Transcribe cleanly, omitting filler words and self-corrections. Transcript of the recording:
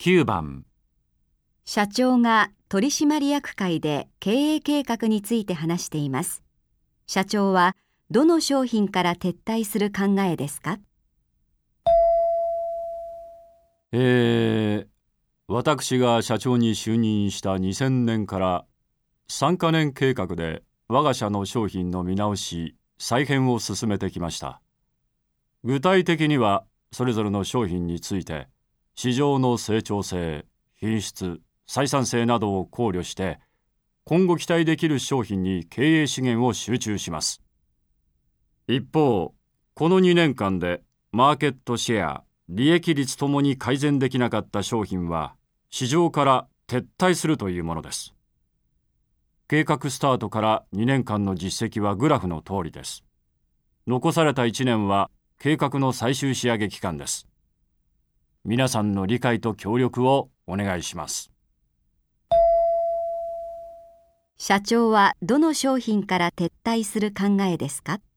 9番、 社長が取締役会で経営計画について話しています。社長はどの商品から撤退する考えですか？ 私が社長に就任した2000年から3カ年計画で我が社の商品の見直し、再編を進めてきました。具体的にはそれぞれの商品について市場の成長性、品質、採算性などを考慮して今後期待できる商品に経営資源を集中します。一方、この2年間でマーケットシェア、利益率ともに改善できなかった商品は市場から撤退するというものです。計画スタートから2年間の実績はグラフの通りです。残された1年は計画の最終仕上げ期間です。皆さんの理解と協力をお願いします。 社長はどの商品から撤退する考えですか？